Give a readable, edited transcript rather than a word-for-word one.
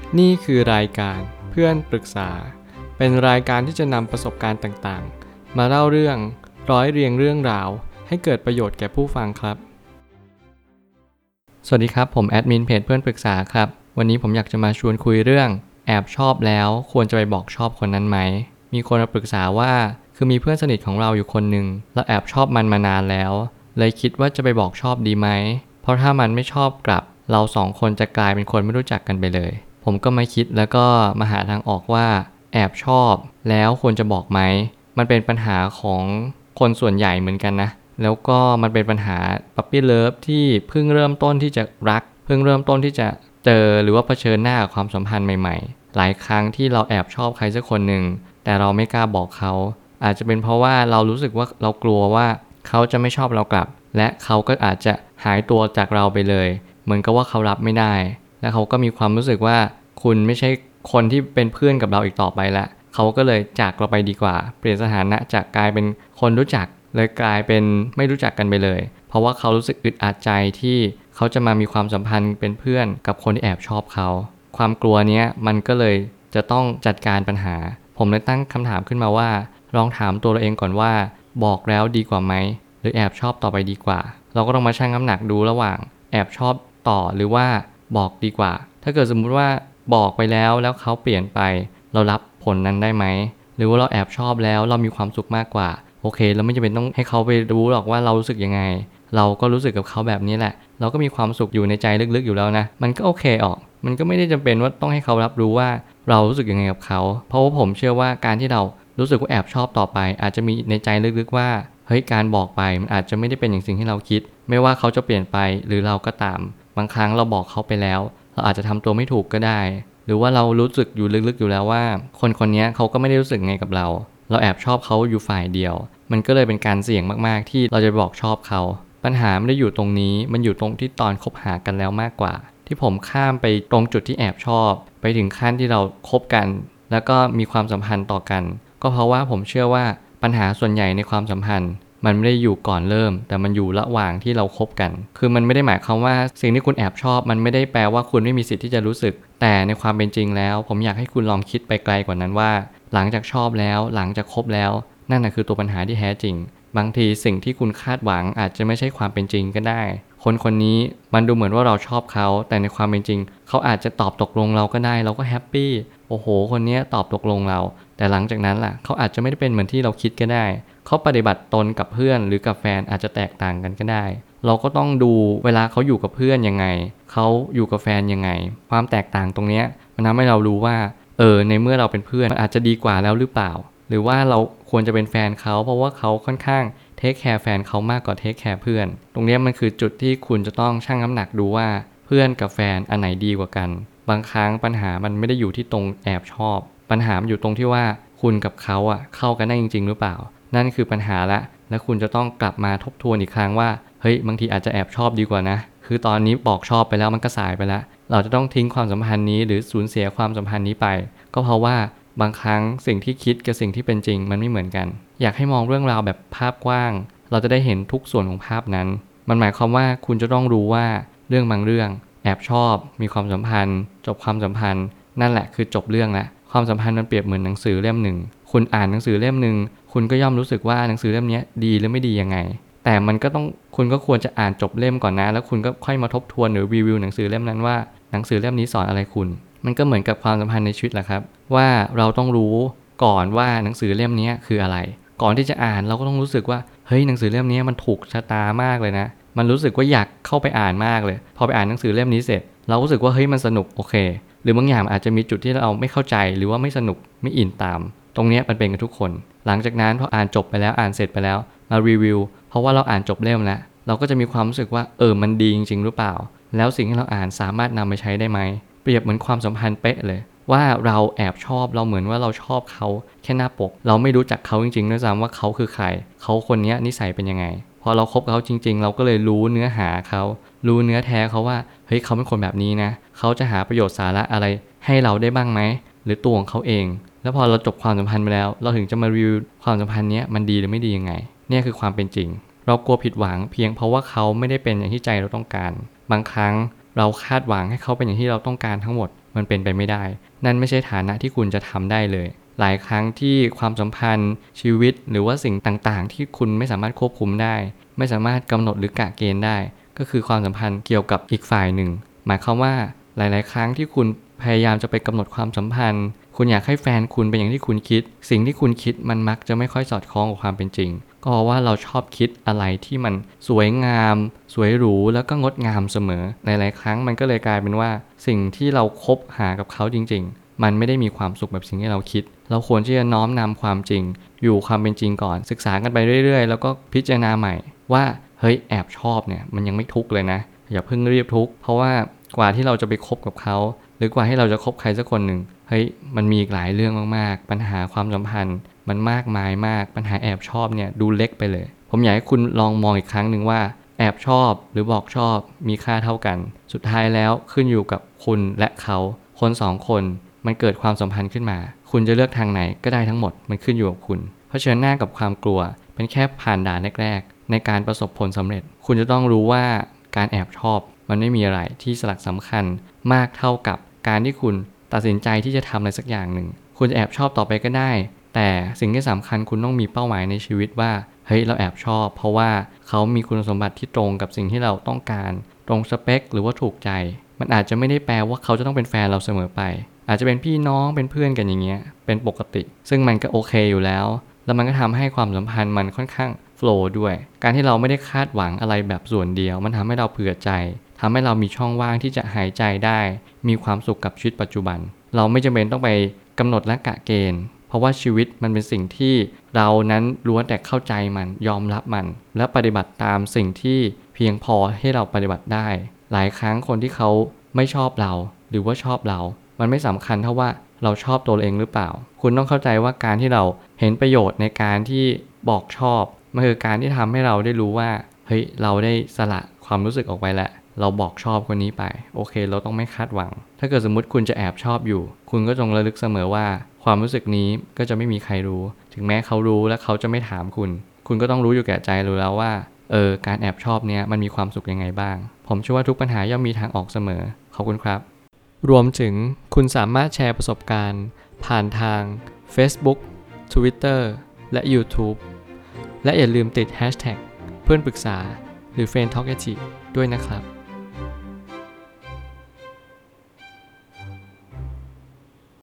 นี่คือรายการเพื่อนปรึกษาเป็นรายการที่จะนำประสบการณ์ต่างๆมาเล่าเรื่องร้อยเรียงเรื่องราวให้เกิดประโยชน์แก่ผู้ฟังครับสวัสดีครับผมแอดมินเพจเพื่อนปรึกษาครับวันนี้ผมอยากจะมาชวนคุยเรื่องแอบชอบแล้วควรจะไปบอกชอบคนนั้นไหมมีคนมาปรึกษาว่าคือมีเพื่อนสนิทของเราอยู่คนหนึ่งเราแอบชอบมันมานานแล้วเลยคิดว่าจะไปบอกชอบดีไหมเพราะถ้ามันไม่ชอบกลับเราสองคนจะกลายเป็นคนไม่รู้จักกันไปเลยผมก็มาคิดแล้วก็มาหาทางออกว่าแอบชอบแล้วควรจะบอกไหมมันเป็นปัญหาของคนส่วนใหญ่เหมือนกันนะแล้วก็มันเป็นปัญหาปั๊ปปี้เลิฟที่เพิ่งเริ่มต้นที่จะรักเพิ่งเริ่มต้นที่จะเจอหรือว่าเผชิญหน้ากับความสัมพันธ์ใหม่ๆหลายครั้งที่เราแอบชอบใครสักคนหนึ่งแต่เราไม่กล้าบอกเขาอาจจะเป็นเพราะว่าเรารู้สึกว่าเรากลัวว่าเขาจะไม่ชอบเรากลับและเขาก็อาจจะหายตัวจากเราไปเลยเหมือนกับว่าเขารับไม่ได้และเขาก็มีความรู้สึกว่าคุณไม่ใช่คนที่เป็นเพื่อนกับเราอีกต่อไปละเขาก็เลยจากเราไปดีกว่าเปลี่ยนสถานะจากกลายเป็นคนรู้จักเลยกลายเป็นไม่รู้จักกันไปเลยเพราะว่าเขารู้สึกอึดอัดใจที่เขาจะมามีความสัมพันธ์เป็นเพื่อนกับคนที่แอบชอบเขาความกลัวเนี้ยมันก็เลยจะต้องจัดการปัญหาผมเลยตั้งคำถามขึ้นมาว่าลองถามตัวเราเองก่อนว่าบอกแล้วดีกว่าไหมหรือแอบชอบต่อไปดีกว่าเราก็ต้องมาชั่งน้ำหนักดูระหว่างแอบชอบต่อหรือว่าบอกดีกว่าถ้าเกิดสมมุติว่าบอกไปแล้วเขาเปลี่ยนไปเรารับผลนั้นได้ไหมหรือว่าเราแอบชอบแล้วเรามีความสุขมากกว่าโอเคเราไม่จำเป็นต้องให้เขาไปรู้หรอกว่าเรารู้สึกยังไงเราก็รู้สึกกับเขาแบบนี้แหละเราก็มีความสุขอยู่ในใจลึกๆอยู่แล้วนะมันก็โอเคออกมันก็ไม่ได้จำเป็นว่าต้องให้เขารับรู้ว่าเรารู้สึกยังไงกับเขาเพราะว่าผมเชื่อว่าการที่เรารู้สึกว่าแอบชอบต่อไปอาจจะมีในใจลึกๆว่าเฮ้ยการบอกไปมันอาจจะไม่ได้เป็นอย่างสิ่งที่เราคิดไม่ว่าเขาจะเปลี่ยนไปหรือเราก็ตามบางครั้งเราบอกเขาไปแล้วเราอาจจะทำตัวไม่ถูกก็ได้หรือว่าเรารู้สึกอยู่ลึกๆอยู่แล้วว่าคนคนนี้เขาก็ไม่ได้รู้สึกไงกับเราแอบชอบเขาอยู่ฝ่ายเดียวมันก็เลยเป็นการเสี่ยงมากๆที่เราจะบอกชอบเขาปัญหาไม่ได้อยู่ตรงนี้มันอยู่ตรงที่ตอนคบหากันแล้วมากกว่าที่ผมข้ามไปตรงจุดที่แอบชอบไปถึงขั้นที่เราคบกันแล้วก็มีความสัมพันธ์ต่อกันก็เพราะว่าผมเชื่อว่าปัญหาส่วนใหญ่ในความสัมพันธ์มันไม่ได้อยู่ก่อนเริ่มแต่มันอยู่ระหว่างที่เราคบกันคือมันไม่ได้หมายความว่าสิ่งที่คุณแอบชอบมันไม่ได้แปลว่าคุณไม่มีสิทธิ์ที่จะรู้สึกแต่ในความเป็นจริงแล้วผมอยากให้คุณลองคิดไปไกลกว่านั้นว่าหลังจากชอบแล้วหลังจากคบแล้วนั่นคือตัวปัญหาที่แท้จริงบางทีสิ่งที่คุณคาดหวังอาจจะไม่ใช่ความเป็นจริงก็ได้คนคนนี้มันดูเหมือนว่าเราชอบเขาแต่ในความเป็นจริงเขาอาจจะตอบตกลงเราก็ได้เราก็แฮปปี้โอ้โหคนนี้ตอบตกลงเราแต่หลังจากนั้นล่ะเขาอาจจะไม่ได้เป็นเหมือนที่เราคิดก็ได้เขาปฏิบัติตนกับเพื่อนหรือกับแฟนอาจจะแตกต่างกันก็ได้เราก็ต้องดูเวลาเขาอยู่กับเพื่อนยังไงเขาอยู่กับแฟนยังไงความแตกต่างตรงนี้มันทำให้เรารู้ว่าในเมื่อเราเป็นเพื่อนมันอาจจะดีกว่าแล้วหรือเปล่าหรือว่าเราควรจะเป็นแฟนเขาเพราะว่าเขาค่อนข้างเทคแคร์แฟนเขามากกว่าเทคแคร์เพื่อนตรงนี้มันคือจุดที่คุณจะต้องชั่งน้ำหนักดูว่าเพื่อนกับแฟนอันไหนดีกว่ากันบางครั้งปัญหามันไม่ได้อยู่ที่ตรงแอบชอบปัญหามันอยู่ตรงที่ว่าคุณกับเขาเข้ากันได้จริงๆหรือเปล่านั่นคือปัญหาละและคุณจะต้องกลับมาทบทวนอีกครั้งว่าเฮ้ยบางทีอาจจะแอบชอบดีกว่านะคือตอนนี้บอกชอบไปแล้วมันก็สายไปแล้วเราจะต้องทิ้งความสัมพันธ์นี้หรือสูญเสียความสัมพันธ์นี้ไปก็เพราะว่าบางครั้งสิ่งที่คิดกับสิ่งที่เป็นจริงมันไม่เหมือนกันอยากให้มองเรื่องราวแบบภาพกว้างเราจะได้เห็นทุกส่วนของภาพนั้นมันหมายความว่าคุณจะต้องรู้ว่าเรื่องบางเรื่องแอบชอบมีความสัมพันธ์จบความสัมพันธ์นั่นแหละคือจบเรื่องละความสัมพันธ์มันเปรียบเหมือนหนังสือเล่มหนึ่งคุณอ่านหนังสือเล่มหนึ่งคุณก็ย่อมรู้สึกว่าหนังสือเล่มนี้ดีหรือไม่ดียังไงแต่มันก็ต้องคุณก็ควรจะอ่านจบเล่มก่อนนะแล้วคุณก็ค่อยมาทบทวนหรือรีวิวหนังสือเล่มนั้นว่าหนังสือเล่มนี้สอนอะไรคุณมันก็เหมือนกับความสัมพันธ์ในชีวิตแหละครับว่าเราต้องรู้ก่อนว่าหนังสือเล่มนี้คืออะไรก่อนที่จะอ่านเราก็ต้องรู้สึกว่าเฮ้ยหนังสือเล่มนี้มันถูกชะตามากเลยนะมันรู้สึกว่าอยากเข้าไปอ่านมากเลยพอไปอ่านหนังสือเล่มนี้เสร็จเรารู้สึกว่าเฮ้ยมันสนุกโอเคหรือบางอย่างอาจจะมีจุดที่เราไม่เข้าใจหรือว่าไม่สนุกไม่อินตามตรงนี้มันเป็นกันทุกคนหลังจากนั้นพออ่านจบไปแล้วอ่านเสร็จไปแล้วมารีวิวเพราะว่าเราอ่านจบเล่มแล้วเราก็จะมีความรู้สึกว่ามันดีจริงๆหรือเปล่าแล้วสิ่งที่เราอ่านสามารถนำไปใช้ได้ไหมเปรียบเหมือนความสัมพันธ์เป๊ะเลยว่าเราแอบชอบเราเหมือนว่าเราชอบเขาแค่หน้าปกเราไม่รู้จักเขาจริงๆด้วยซ้ำว่าเขาคือใครเขาคนนี้นิสัยเป็นยังไงพอเราคบกับเขาจริงๆเราก็เลยรู้เนื้อหาเขารู้เนื้อแท้เขาว่าเฮ้ยเขาเป็นคนแบบนี้นะเขาจะหาประโยชน์สาระอะไรให้เราได้บ้างไหมหรือตัวของเขาเองแล้วพอเราจบความสัมพันธ์ไปแล้วเราถึงจะมารีวิวความสัมพันธ์นี้มันดีหรือไม่ดียังไงเนี่ยคือความเป็นจริงเรากลัวผิดหวังเพียงเพราะว่าเขาไม่ได้เป็นอย่างที่ใจเราต้องการบางครั้งเราคาดหวังให้เขาเป็นอย่างที่เราต้องการทั้งหมดมันเป็นไปไม่ได้นั่นไม่ใช่ฐานะที่คุณจะทำได้เลยหลายครั้งที่ความสัมพันธ์ชีวิตหรือว่าสิ่งต่างๆที่คุณไม่สามารถควบคุมได้ไม่สามารถกำหนดหรือกะเกณฑ์ได้ก็คือความสัมพันธ์เกี่ยวกับอีกฝ่ายหนึ่งหมายความว่าหลายๆครั้งที่คุณพยายามจะไปกำหนดความสัมพันธ์คุณอยากให้แฟนคุณเป็นอย่างที่คุณคิดสิ่งที่คุณคิดมันมักจะไม่ค่อยสอดคล้องกับความเป็นจริงก็เพราะว่าเราชอบคิดอะไรที่มันสวยงามสวยหรูแล้วก็งดงามเสมอหลายๆครั้งมันก็เลยกลายเป็นว่าสิ่งที่เราคบหากับเขาจริงๆมันไม่ได้มีความสุขแบบสิ่งที่เราคิดเราควรที่จะน้อมนำความจริงอยู่ความเป็นจริงก่อนศึกษากันไปเรื่อยๆแล้วก็พิจารณาใหม่ว่าเฮ้ยแอบชอบเนี่ยมันยังไม่ทุกข์เลยนะอย่าเพิ่งรีบทุกข์เพราะว่ากว่าที่เราจะไปคบกับเขาหรือกว่าที่เราจะคบใครสักคนหนึ่งเฮ้ยมันมีอีกหลายเรื่องมากๆปัญหาความสัมพันธ์มันมากมายมากปัญหาแอบชอบเนี่ยดูเล็กไปเลยผมอยากให้คุณลองมองอีกครั้งหนึ่งว่าแอบชอบหรือบอกชอบมีค่าเท่ากันสุดท้ายแล้วขึ้นอยู่กับคุณและเขาคนสองคนมันเกิดความสัมพันธ์ขึ้นมาคุณจะเลือกทางไหนก็ได้ทั้งหมดมันขึ้นอยู่กับคุณเผชิญหน้ากับความกลัวเป็นแค่ผ่านด่านแรกๆในการประสบผลสำเร็จคุณจะต้องรู้ว่าการแอบชอบมันไม่มีอะไรที่สลักสำคัญมากเท่ากับการที่คุณตัดสินใจที่จะทำอะไรสักอย่างหนึ่งคุณจะแอบชอบต่อไปก็ได้แต่สิ่งที่สำคัญคุณต้องมีเป้าหมายในชีวิตว่าเฮ้ยเราแอบชอบเพราะว่าเขามีคุณสมบัติที่ตรงกับสิ่งที่เราต้องการตรงสเปคหรือว่าถูกใจมันอาจจะไม่ได้แปลว่าเขาจะต้องเป็นแฟนเราเสมอไปอาจจะเป็นพี่น้องเป็นเพื่อนกันอย่างเงี้ยเป็นปกติซึ่งมันก็โอเคอยู่แล้วมันก็ทำให้ความสัมพันธ์มันค่อนข้างโฟลว์ด้วยการที่เราไม่ได้คาดหวังอะไรแบบส่วนเดียวมันทำให้เราเผื่อใจทำให้เรามีช่องว่างที่จะหายใจได้มีความสุขกับชีวิตปัจจุบันเราไม่จำเป็นต้องไปกำหนดและกะเกณฑ์เพราะว่าชีวิตมันเป็นสิ่งที่เรานั้นล้วนแต่เข้าใจมันยอมรับมันและปฏิบัติตามสิ่งที่เพียงพอให้เราปฏิบัติได้หลายครั้งคนที่เขาไม่ชอบเราหรือว่าชอบเรามันไม่สำคัญเท่าว่าเราชอบตัวเองหรือเปล่าคุณต้องเข้าใจว่าการที่เราเห็นประโยชน์ในการที่บอกชอบมันคือการที่ทำให้เราได้รู้ว่าเฮ้ยเราได้สละความรู้สึกออกไปแล้วเราบอกชอบคนนี้ไปโอเคเราต้องไม่คาดหวังถ้าเกิดสมมุติคุณจะแอบชอบอยู่คุณก็จงระลึกเสมอว่าความรู้สึกนี้ก็จะไม่มีใครรู้ถึงแม้เขารู้และเขาจะไม่ถามคุณก็ต้องรู้อยู่แก่ใจรู้แล้วว่าการแอบชอบเนี้ยมันมีความสุขยังไงบ้างผมเชื่อว่าทุกปัญหาย่อมมีทางออกเสมอขอบคุณครับรวมถึงคุณสามารถแชร์ประสบการณ์ผ่านทาง Facebook Twitter และ YouTube และอย่าลืมติด Hashtag เพื่อนปรึกษาหรือ Friend Talk ด้วยนะครับ